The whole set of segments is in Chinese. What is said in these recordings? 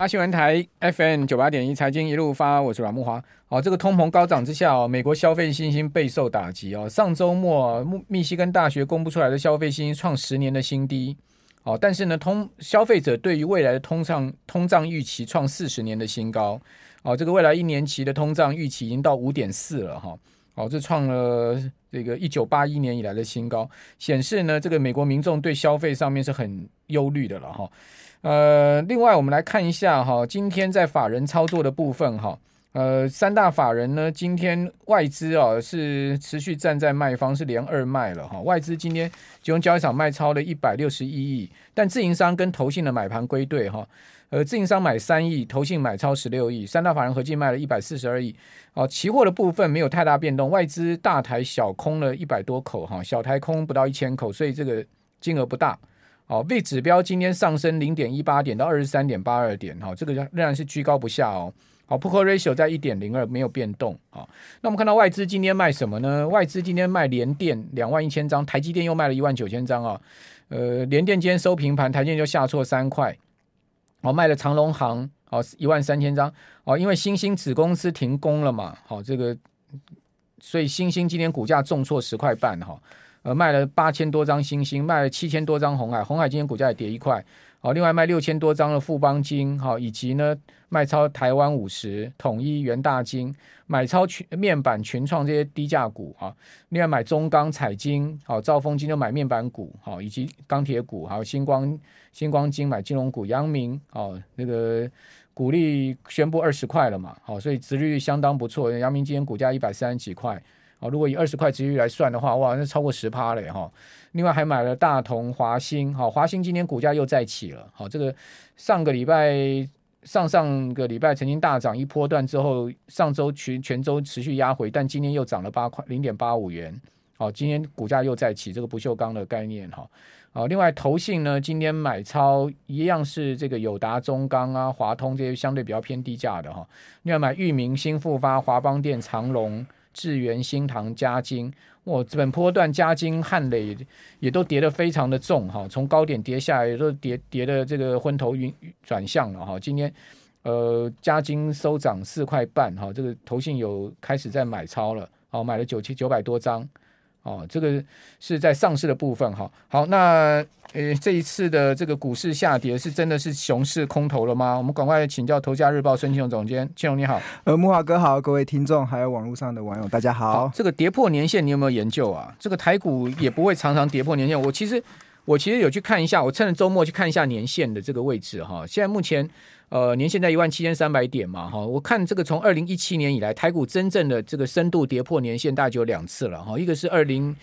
新闻台 FM98.1 财经一路发，我是阮慕骅。这个通膨高涨之下，美国消费信心备受打击。上周末密西根大学公布出来的消费信心创10年的新低。但是呢，消费者对于未来的通胀预期创40年的新高。这个未来1年期的通胀预期已经到 5.4 了。这创了这个1981年以来的新高，显示呢，这个美国民众对消费上面是很忧虑的了。另外我们来看一下今天在法人操作的部分三大法人呢，今天外资是持续站在卖方，是连二卖了外资今天集中交易场卖超了161亿，但自营商跟投信的买盘归队自营商买3亿，投信买超16亿，三大法人合计卖了142亿。期货的部分没有太大变动，外资大台小空了100多口小台空不到1000口，所以这个金额不大。VIX 指标今天上升 0.18 点到 23.82 点这个仍然是居高不下Put-Call Ratio 在 1.02 没有变动那我们看到外资今天卖什么呢？外资今天卖联电21000张，台积电又卖了19000张联电今天收平盘，台积电就下挫3块卖了长荣航13000张因为新兴子公司停工了嘛这个所以新兴今天股价重挫10块半卖了8000多张新兴，卖了7000多张鸿海，鸿海今天股价也跌1块另外卖6000多张的富邦金以及呢卖超台湾50、统一、元大金，买超面板、群创这些低价股另外买中钢、彩晶兆丰金就买面板股以及钢铁股，还有星光金买金融股，阳明那个股利宣布20块了嘛所以殖利率相当不错，阳明今天股价130几块如果以20块殖利率来算的话，哇，那超过 10% 了另外还买了大同、华兴华兴今天股价又再起了这个上个礼拜曾经大涨一波段之后，上周全周持续压回，但今天又涨了0.85元今天股价又再起，这个不锈钢的概念另外投信呢今天买超一样是这个友达、中钢华通这些相对比较偏低价的另外买裕民、新复发、华邦电、长荣、智源、新唐、嘉金本波段嘉金、汉磊也都跌得非常的重从高点跌下来也都跌的这个昏头转向了今天嘉金收涨4块半这个投信有开始在买超了买了900多张这个是在上市的部分好，那这一次的这个股市下跌是真的是熊市空头了吗？我们赶快请教头家日报孙庆荣总监。庆荣你好。 慕骅哥好，各位听众还有网络上的网友大家好。 这个跌破年线你有没有研究这个台股也不会常常跌破年线，我其实有去看一下，我趁着周末去看一下年线的这个位置现在目前年线在17300点嘛我看这个从2017年以来台股真正的这个深度跌破年线大概就有2次了一个是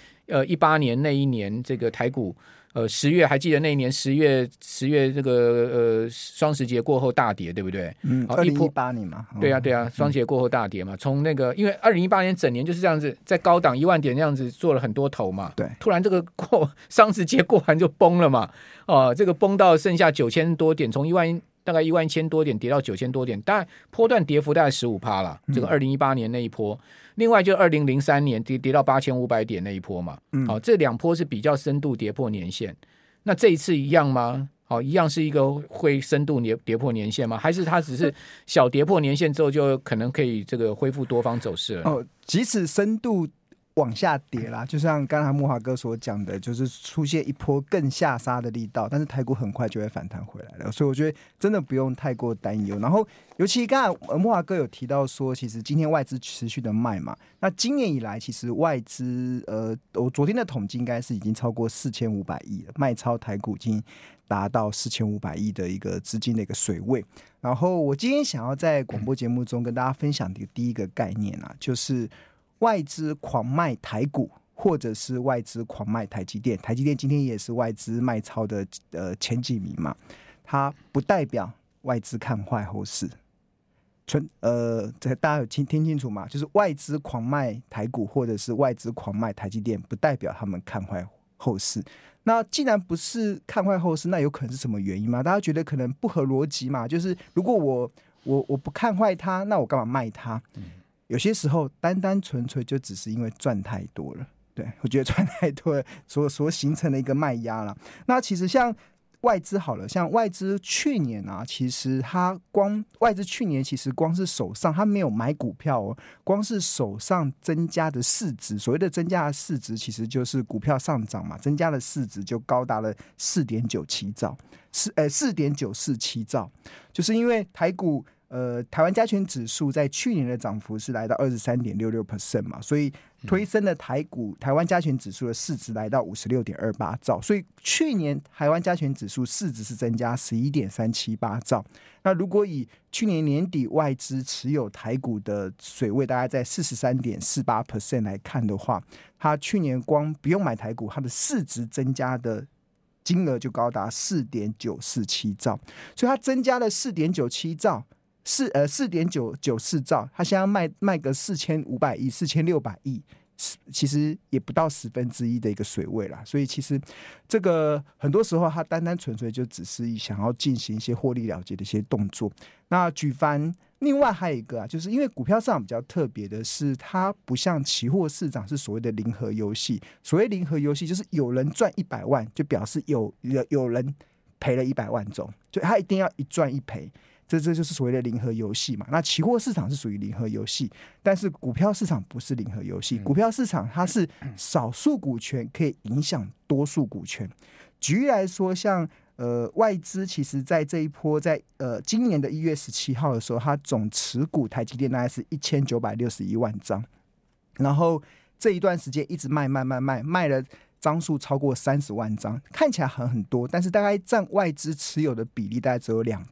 2018年那一年这个台股10月还记得那一年10月这个双十节过后大跌对不对 2018年嘛对啊双十节过后大跌嘛从那个因为2018年整年就是这样子在高档10000点这样子做了很多头嘛对， 突然这个双十节过完就崩了嘛这个崩到剩下9000多点，从大概11000多点跌到9000多点，当然波段跌幅大概 15% 啦这个2018年那一波另外就2003年跌到8500点那一波嘛这2波是比较深度跌破年线，那这一次一样吗一样是一个会深度跌破年线吗？还是它只是小跌破年线之后就可能可以这个恢复多方走势了即使深度往下跌啦，就像刚才慕骅哥所讲的，就是出现一波更下杀的力道，但是台股很快就会反弹回来了，所以我觉得真的不用太过担忧。然后尤其刚才慕骅哥有提到说其实今天外资持续的卖嘛，那今年以来其实外资我昨天的统计应该是已经超过4500亿了，卖超台股已经达到4500亿的一个资金的一个水位。然后我今天想要在广播节目中跟大家分享的第一个概念就是外资狂卖台股，或者是外资狂卖台积电。台积电今天也是外资卖超的前几名嘛，它不代表外资看坏后市。大家有听清楚吗？就是外资狂卖台股，或者是外资狂卖台积电，不代表他们看坏后市。那既然不是看坏后市，那有可能是什么原因吗？大家觉得可能不合逻辑嘛？就是如果我不看坏它，那我干嘛卖它？有些时候单单纯粹就只是因为赚太多了，对，我觉得赚太多了所形成的一个卖压啦。那其实像外资好了，像外资去年啊，其实外资去年其实光是手上他没有买股票哦，光是手上增加的市值，所谓的增加的市值，其实就是股票上涨嘛，增加的市值就高达了4.97兆，4.947兆，就是因为台股。台湾加权指数在去年的涨幅是来到 23.66% 嘛，所以推升了台湾加权指数的市值来到 56.28 兆，所以去年台湾加权指数市值是增加 11.378 兆。那如果以去年年底外资持有台股的水位大概在 43.48% 来看的话，它去年光不用买台股，它的市值增加的金额就高达 4.947 兆，所以它增加了 4.97 兆4.994 兆，他现在卖个4500亿、4600亿，其实也不到1/10的一个水位啦。所以其实这个很多时候，他单单纯粹就只是想要进行一些获利了结的一些动作。那举凡另外还有一个啊，就是因为股票市场比较特别的是，它不像期货市场是所谓的零和游戏。所谓零和游戏，就是有人赚100万，就表示有人赔了100万种，就他一定要一赚一赔。这就是所谓的零和游戏嘛。那期货市场是属于零和游戏，但是股票市场不是零和游戏。股票市场它是少数股权可以影响多数股权。举例来说，像外资其实在这一波在今年的1月17号的时候，它总持股台积电大概是1961万张，然后这一段时间一直卖了张数超过30万张，看起来很多，但是大概占外资持有的比例大概只有 2%。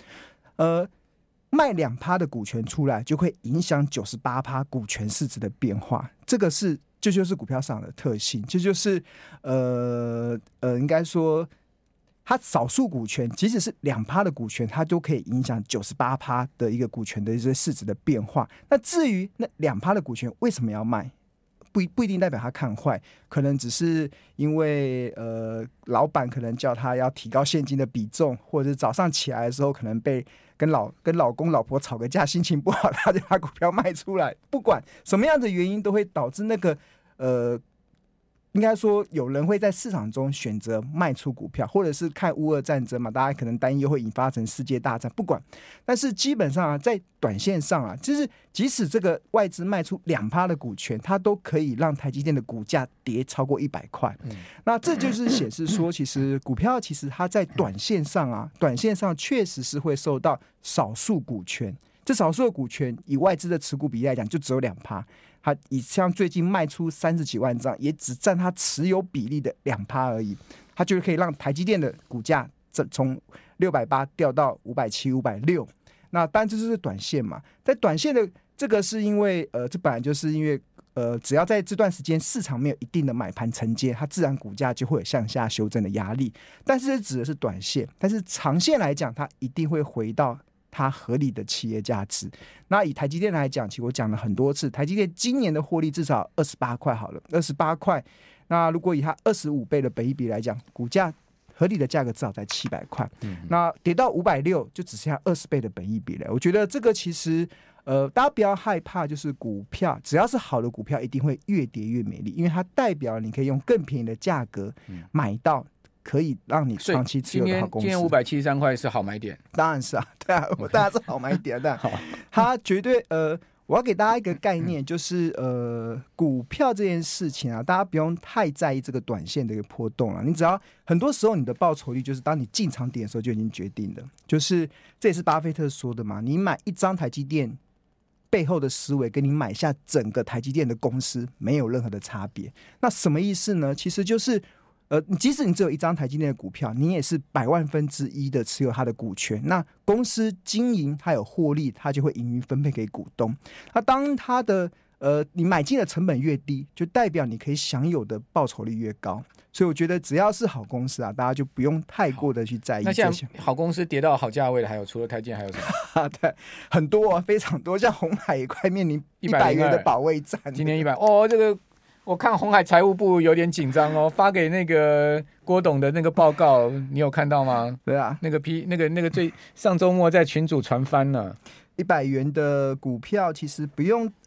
卖 2% 的股权出来，就会影响 98% 股权市值的变化。这就是股票市场的特性，这就是应该说，它少数股权，即使是 2% 的股权，它都可以影响 98% 的一个股权的一些市值的变化。那至于那 2% 的股权为什么要卖？不一定代表他看坏，可能只是因为老板可能叫他要提高现金的比重，或者是早上起来的时候可能被跟老公老婆吵个架，心情不好，他就把股票卖出来。不管什么样的原因，都会导致那个应该说有人会在市场中选择卖出股票，或者是看乌俄战争嘛，大家可能担忧会引发成世界大战，不管。但是基本上啊，在短线上啊，就是即使这个外资卖出 2% 的股权，它都可以让台积电的股价跌超过100块。那这就是显示说，其实股票其实它在短线上确实是会受到少数股权。这少数的股权以外资的持股比例来讲，就只有 2%。它以像最近卖出30几万张，也只占它持有比例的 2% 而已，它就可以让台积电的股价从680掉到570、560。那当然这就是短线嘛，在短线的这个是因为这本来就是因为只要在这段时间市场没有一定的买盘承接，它自然股价就会有向下修正的压力。但是这指的是短线，但是长线来讲，它一定会回到它合理的企业价值。那以台积电来讲，其实我讲了很多次，台积电今年的获利至少28块好了，28块。那如果以它25倍的本益比来讲，股价合理的价格至少在700块。那跌到560，就只剩下20倍的本益比了。我觉得这个其实大家不要害怕，就是股票只要是好的股票，一定会越跌越美丽，因为它代表你可以用更便宜的价格买到可以让你长期持有的好公司。 今天573块是好买点， 当然是啊，对啊，当然是好买点，但它绝对我要给大家一个概念，就是股票这件事情啊，大家不用太在意这个短线的一个波动了。你只要很多时候你的报酬率就是当你进场点的时候就已经决定了，就是这也是巴菲特说的嘛，你买一张台积电背后的思维跟你买下整个台积电的公司没有任何的差别。那什么意思呢？其实就是即使你只有一张台积电的股票，你也是1/1000的持有它的股权。那公司经营它有获利，它就会盈余分配给股东。那当它的你买进的成本越低，就代表你可以享有的报酬率越高。所以我觉得只要是好公司啊，大家就不用太过的去在意这些。 那现在好公司跌到好价位的还有除了台积电还有什么？ 对，很多啊，非常多，像鸿海也快面临100元的保卫战。 今年100哦，这个。我看鸿海财务部有点紧张哦，发给那个郭董的那个报告，你有看到吗？ 对啊， 那个上周末在群组传翻了。 100元的股票其实不用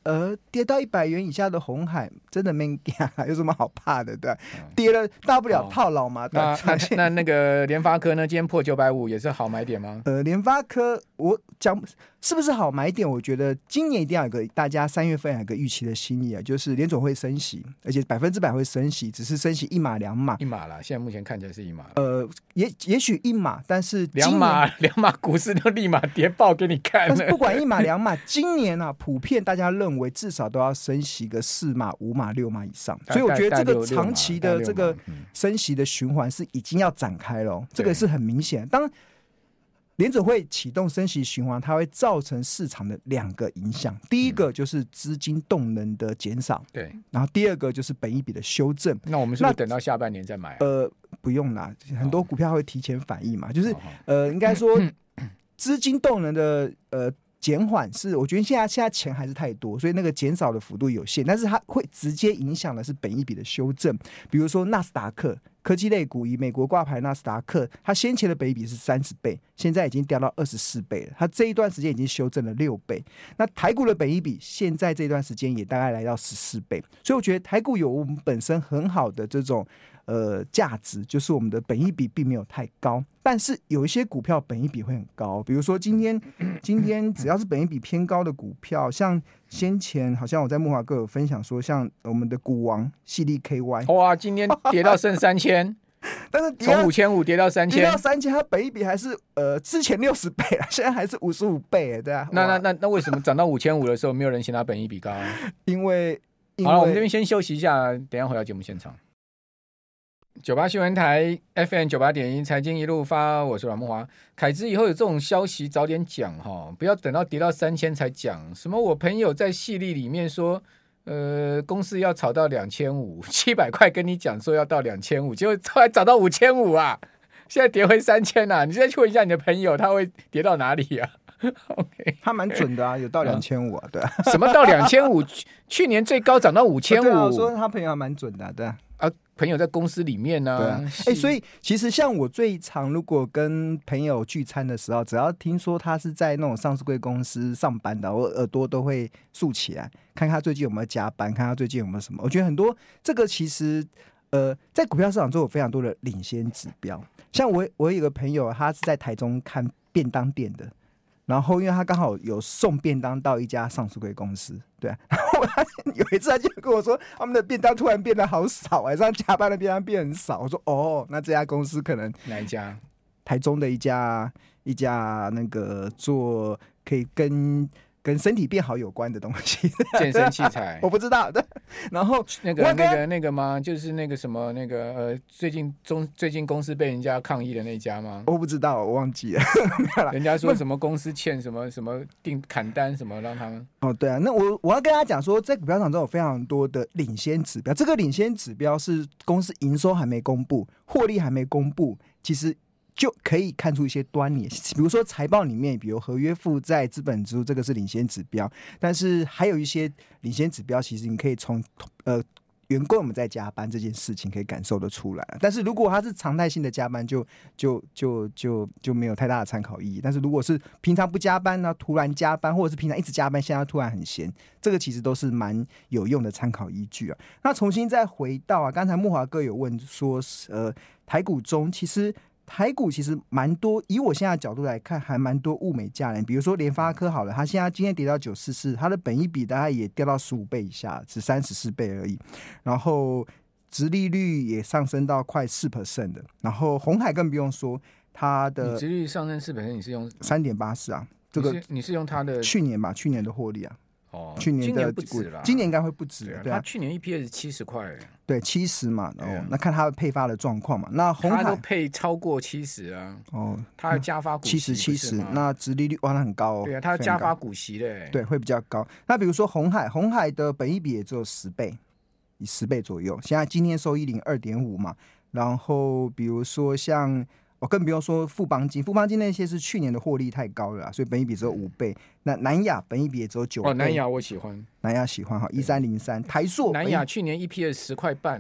跌到100元以下的鸿海真的没有什么好怕的，对吧？跌了大不了套牢嘛。 那个联发科呢？今天破950也是好买点吗？ 联发科我讲是不是好买点？我觉得今年一定要有个大家3月份有个预期的心意啊，就是联总会升息，而且100%会升息，只是升息1码2码 1码啦。现在目前看起来是1码。 也许1码，但是 2码股市就立马跌爆给你看了。 但是不管1码2码，今年啊普遍大家认为至少都要升息个4码5码6码以上，所以我觉得这个长期的这个升息的循环是已经要展开了，这个是很明显。当联准会启动升息循环，它会造成市场的2个影响。第一个就是资金动能的减少， 对， 然后第二个就是本益比的修正。 那我们是不是等到下半年再买？ 不用啦，很多股票会提前反应嘛，就是应该说资金动能的减缓是，我觉得现在钱还是太多，所以那个减少的幅度有限，但是它会直接影响的是本益比的修正。比如说纳斯达克科技类股，以美国挂牌纳斯达克，它先前的本益比是30倍，现在已经掉到24倍了，它这一段时间已经修正了6倍。那台股的本益比现在这段时间也大概来到14倍，所以我觉得台股有我们本身很好的这种价值，就是我们的本益比并没有太高，但是有一些股票本益比会很高，比如说今天只要是本益比偏高的股票，像先前好像我在木华哥有分享说，像我们的股王矽力 KY， 哇，今天跌到剩3000， 但是从5500跌到3000， 它本益比还是之前60倍了，现在还是55倍，对啊。 那为什么涨到5500的时候没有人嫌它本益比高啊？ 因为好了，我们这边先休息一下，等一下回到节目现场。98新闻台 FM 98.1财经一路发，我是阮慕骅。凯之以后有这种消息早点讲哈，不要等到跌到3000才讲。什么我朋友在系列里面说，公司要炒到2500，700块跟你讲说要到2500，结果后来涨到5500啊，现在跌回3000啊。你再去问一下你的朋友，他会跌到哪里啊？OK， 他蛮准的啊，有到2500啊，对啊。 什么到2500？去年最高涨到5500。 对啊，我说他朋友还蛮准的啊，对啊。 朋友在公司里面呢、啊， 所以其实像我最常如果跟朋友聚餐的时候，只要听说他是在那种上市柜公司上班的，我耳朵都会竖起来，看他最近有没有加班，看他最近有没有什么。我觉得很多这个其实在股票市场中有非常多的领先指标。像我有一个朋友，他是在台中看便当店的。然后因为他刚好有送便当到一家上市柜公司，对啊，然后他有一次他就跟我说，他们的便当突然变得好少，这样加班的便当变很少。我说哦，那这家公司可能哪一家？ 台中的一家那个做可以跟身体变好有关的东西， 健身器材， 我不知道。然后那个吗？就是那个什么那个最近公司被人家抗议的那家吗？ 我不知道，我忘记了。 人家说什么公司欠什么砍单什么让他们。 哦，对啊，那我要跟他讲说，在股票市场中有非常多的领先指标，这个领先指标是公司营收还没公布，获利还没公布，其实就可以看出一些端倪，比如说财报里面，比如合约负债、资本支出，这个是领先指标。但是还有一些领先指标，其实你可以从员工我们在加班这件事情可以感受得出来。但是如果他是常态性的加班，就没有太大的参考意义。但是如果是平常不加班呢，突然加班，或者是平常一直加班，现在突然很闲，这个其实都是蛮有用的参考依据啊。那重新再回到刚才慕骅哥有问说，台股中其实蛮多，以我现在的角度来看，还蛮多物美价廉。比如说联发科好了，它现在今天跌到944，它的本益比大概也掉到15倍以下，只34倍而已。然后殖利率也上升到快4% 的。然后鸿海更不用说，它的殖利率上升4%，你是用 3.84啊？这个你是用它的去年的获利啊。 哦， 去年的不止啦， 今年应该会不止，对啊， 他去年 EPS 70块， 对，70嘛，那看他配发的状况嘛，那鸿海他都配超过70啊，他加发股息 70，那殖利率哇，那很高哦， 对啊，他加发股息的， 对，会比较高。那比如说鸿海的本益比也只有10倍，以10倍左右，现在今天收102.5嘛，然后比如说像。我更不用说富邦金那些是去年的获利太高了，所以本益比只有5倍。那南亚本益比也只有9倍。 南亚我喜欢， 南亚喜欢哈，1303。台塑南亚去年 EPS 10块半呢。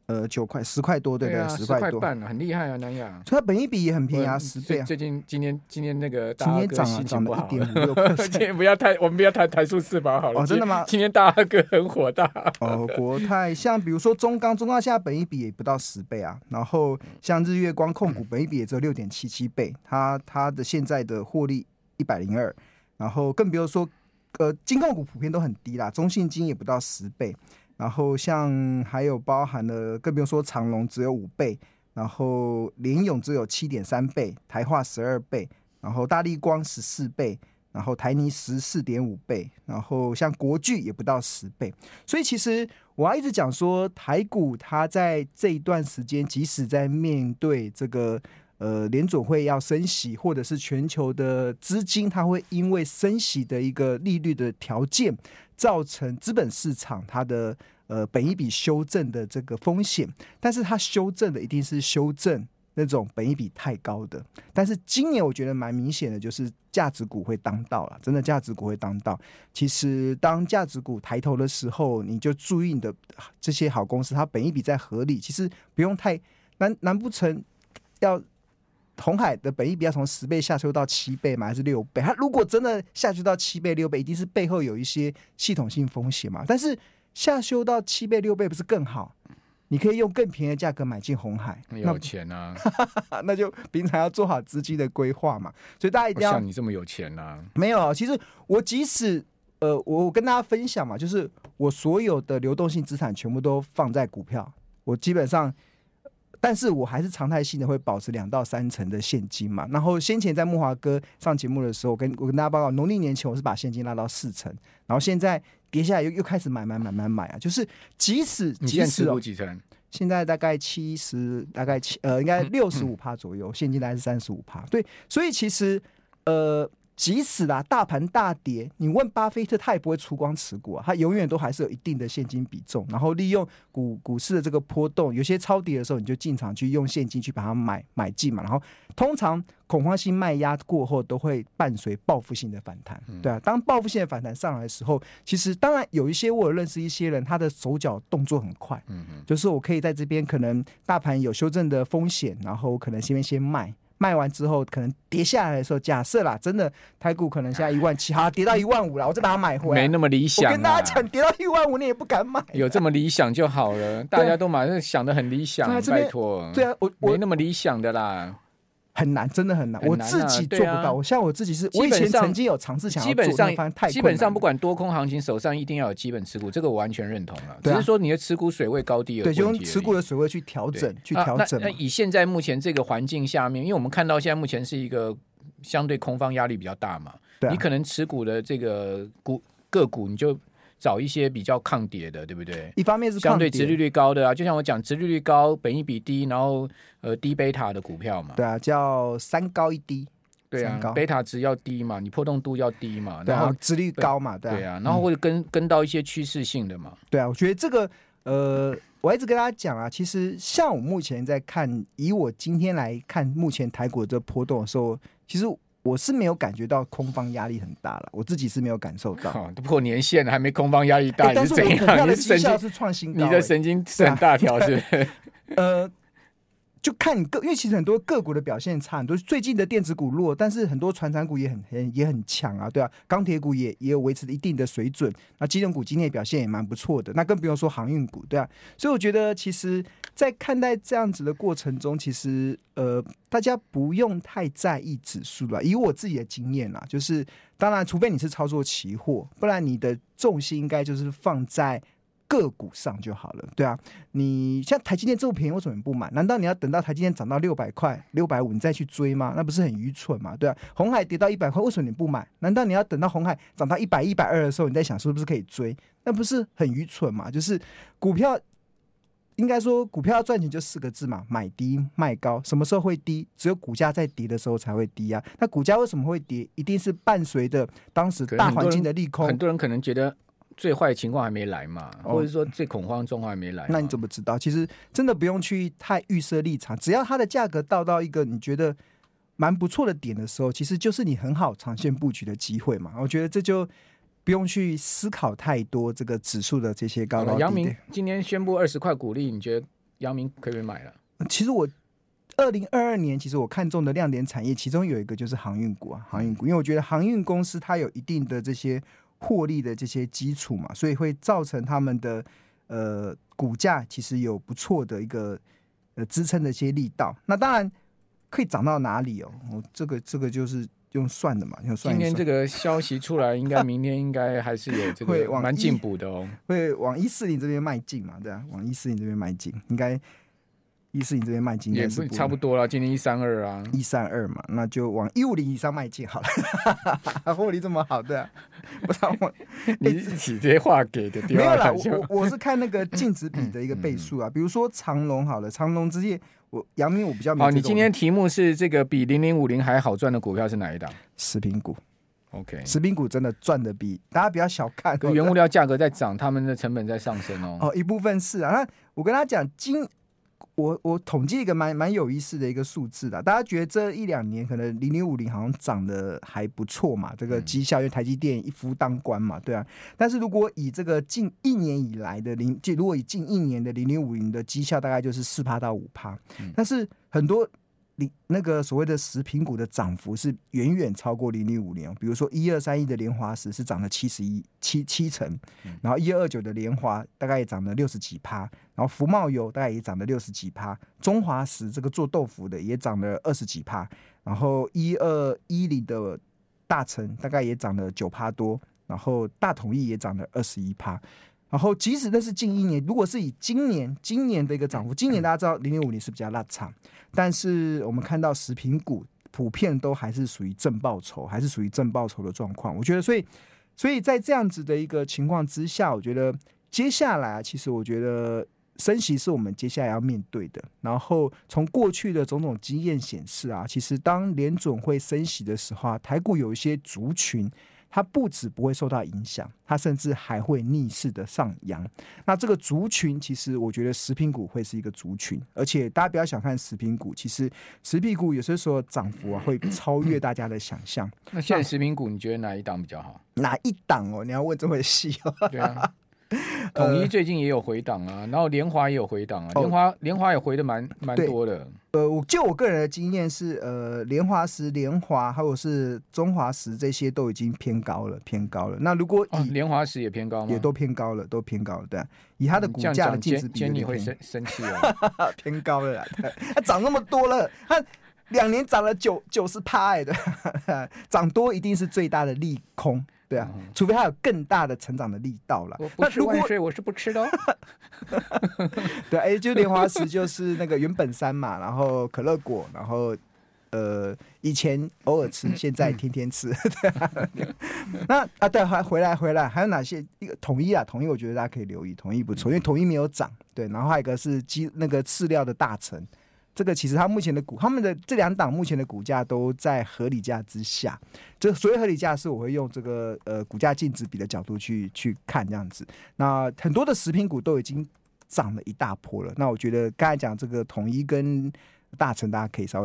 9块10块多，对不对啊， 10 块块多， 半很厉害啊，南亚。 所以它本益比也很便宜啊，10倍啊。 最近今天那个今大阿哥天涨了心情不好 1.56%。 今天我们不要谈台塑四宝好了。 哦，真的吗？ 今天大阿哥很火大。 国泰像比如说中钢现在本益比也不到10倍啊，然后像日月光控股本益比也只有6.77倍，它的现在的获利102，然后更比如说金控股普遍都很低啦，中信金也不到10倍，然后像还有包含了更不用说长荣只有5倍，然后联咏只有7.3倍，台化12倍，然后大立光14倍，然后台泥14.5倍，然后像国巨也不到10倍。所以其实我要一直讲说，台股它在这一段时间，即使在面对这个联准会要升息，或者是全球的资金它会因为升息的一个利率的条件，造成资本市场它的本益比修正的这个风险，但是它修正的一定是修正那种本益比太高的。但是今年我觉得蛮明显的，就是价值股会当道了，真的价值股会当道。其实当价值股抬头的时候，你就注意你的这些好公司，它本益比在合理，其实不用太难不成要鸿海的本益比要从10倍下修到7倍吗？还是6倍？它如果真的下修到7倍6倍，一定是背后有一些系统性风险嘛。但是下修到7倍6倍不是更好？你可以用更便宜的价格买进鸿海， 有钱啊， 那就平常要做好资金的规划嘛。所以大家一定要像你这么有钱啊？ 没有，其实我即使我跟大家分享嘛，就是我所有的流动性资产全部都放在股票，我基本上。但是我还是常态性的会保持2到3成的现金嘛。然后先前在木华哥上节目的时候，我跟大家报告，农历年前我是把现金拉到4成，然后现在跌下来又开始买啊，就是即使你现在持股几成？ 现在大概70，大概应该65%左右，现金大概是35%。对，所以其实即使大盘大跌，你问巴菲特他也不会出光持股啊，他永远都还是有一定的现金比重，然后利用股市的这个波动，有些超跌的时候你就进场去用现金去把它买进嘛，然后通常恐慌性卖压过后都会伴随报复性的反弹，对啊，当报复性的反弹上来的时候，其实当然有一些我有认识一些人，他的手脚动作很快，就是我可以在这边可能大盘有修正的风险，然后可能先卖完之后，可能跌下来的时候，假设啦，真的台股可能现在17000，好，跌到15000了，我再把它买回来。 没那么理想、啊。 我跟大家讲，跌到15000你也不敢买。 有这么理想就好了，大家都马上想得很理想，拜托。 对啊，我没那么理想的啦。 很难，真的很难，我自己做不到。像我自己是，我以前曾经有尝试想要做， 基本上不管多空行情，手上一定要有基本持股，这个我完全认同了。只是说你的持股水位高低有问题， 对，就用持股的水位去调整， 那以现在目前这个环境下面，因为我们看到现在目前是一个相对空方压力比较大嘛，你可能持股的这个个股你就找一些比较抗跌的，对不对？ 一方面是相对殖利率高的啊，就像我讲，殖利率高、本益比低，然后低贝塔的股票嘛。 对啊，叫3高1低。 对啊，贝塔值要低嘛，你波动度要低嘛， 对啊，然后殖利率高嘛， 对啊，然后或者跟到一些趋势性的嘛。 对啊，我觉得这个我一直跟大家讲啊，其实像我目前在看，以我今天来看目前台股的这波动的时候，其实我是没有感觉到空方压力很大了，我自己是没有感受到。 破年线了还没空方压力大， 但是我股票的绩效是创新高， 你的神经是很大条，是不是？ 就看你因为其实很多个股的表现差，很多最近的电子股弱，但是很多传产股也很强啊，对啊，钢铁股也有维持一定的水准，那金融股今天表现也蛮不错的，那更不用说航运股，对啊，所以我觉得其实在看待这样子的过程中，其实大家不用太在意指数了，以我自己的经验啦，就是当然除非你是操作期货，不然你的重心应该就是放在个股上就好了，对啊，你像台积电这么便宜，为什么你不买？难道你要等到台积电涨到600块、650你再去追吗？那不是很愚蠢吗？对啊，鸿海跌到100块，为什么你不买？难道你要等到鸿海涨到100、120的时候，你在想是不是可以追？那不是很愚蠢吗？就是股票，应该说股票要赚钱就4个字嘛，买低卖高。什么时候会低？只有股价在跌的时候才会低啊。那股价为什么会跌？一定是伴随着当时大环境的利空。 很多人可能觉得最坏的情况还没来嘛，或者说最恐慌状况还没来。 那你怎么知道？其实真的不用去太预设立场，只要它的价格到一个你觉得蛮不错的点的时候，其实就是你很好长线布局的机会嘛。我觉得这就不用去思考太多这个指数的这些高高低低。 阳明今天宣布20块股利，你觉得阳明可不可以买了？ 其实我2022年，其实我看中的亮点产业，其中有一个就是航运股啊，航运股，因为我觉得航运公司它有一定的这些获利的这些基础嘛，所以会造成他们的股价其实有不错的一个支撑的一些力道。那当然可以涨到哪里哦？这个就是用算的嘛，用算一算。 今天这个消息出来，应该明天应该还是有这个蛮进步的哦， 会往140这边迈进嘛，对啊，往140这边迈进，应该。140这边迈进也不差不多了，今年132啊 ，132嘛，那就往150以上迈进好了。获利这么好，对啊，不知道你直接画给的， 没有啦，我是看那个净值比的一个倍数啊，比如说长荣好了，长荣之夜，阳明我比较没。 你今天题目是这个比0050还好赚的股票是哪一档？ 食品股。 OK， 食品股真的赚的比大家不要小看， 原物料价格在涨，他们的成本在上升哦。 一部分是啊，那我跟他讲我统计一个蛮有意思的一个数字的，大家觉得这1-2年可能0050好像涨得还不错嘛，这个绩效因为台积电一夫当关嘛，对啊。但是如果以这个近1年以来的如果以近1年的0050的绩效，大概就是4%到5%，但是很多那个所谓的食品股的涨幅是远远超过0050，比如说1231的联华石是涨了7成，然后1229的联华大概也涨了60几%，然后福茂油大概也涨了60几%，中华石这个做豆腐的也涨了20几%，然后1210的大成大概也涨了9%多，然后大统益也涨了21%。然后即使那是近1年，如果是以今年的一个涨幅，今年大家知道0050是比较拉长，但是我们看到食品股普遍都还是属于正报酬，的状况。我觉得，所以在这样子的一个情况之下，我觉得接下来其实我觉得升息是我们接下来要面对的。然后从过去的种种经验显示啊，其实当联准会升息的时候台股有一些族群。它不止不会受到影响，它甚至还会逆势的上扬。那这个族群，其实我觉得食品股会是一个族群，而且大家不要小看食品股，其实食品股有些时候涨幅会超越大家的想象。 那现在食品股，你觉得哪一档比较好？ 哪一档哦？你要问这么细哦？ 对啊。统一最近也有回档啊，然后联华也有回档啊，联华也回的蛮多的。 就我个人的经验是，联华石、联华还有是中华石这些都已经偏高了。那如果联华石也偏高吗？ 也都偏高了，对。以它的股价的净值比， 你会生气哦。 偏高了啦，它涨那么多了，它2年涨了90%的，涨多一定是最大的利空。对啊，除非它有更大的成长的力道啦。 我不吃万岁，我是不吃的哦。 对，就莲花石就是那个原本山嘛，然后可乐果，然后以前偶尔吃，现在天天吃。那对，回来，还有哪些？一个统一我觉得大家可以留意，统一不错，因为统一没有涨。对，然后还有一个是那个饲料的大成。这个其实他们的这2档目前的股价都在合理价之下，就所谓合理价是我会用这个股价净值比的角度去看这样子。那很多的食品股都已经涨了一大波了，那我觉得刚才讲这个统一跟大成，大家可以稍微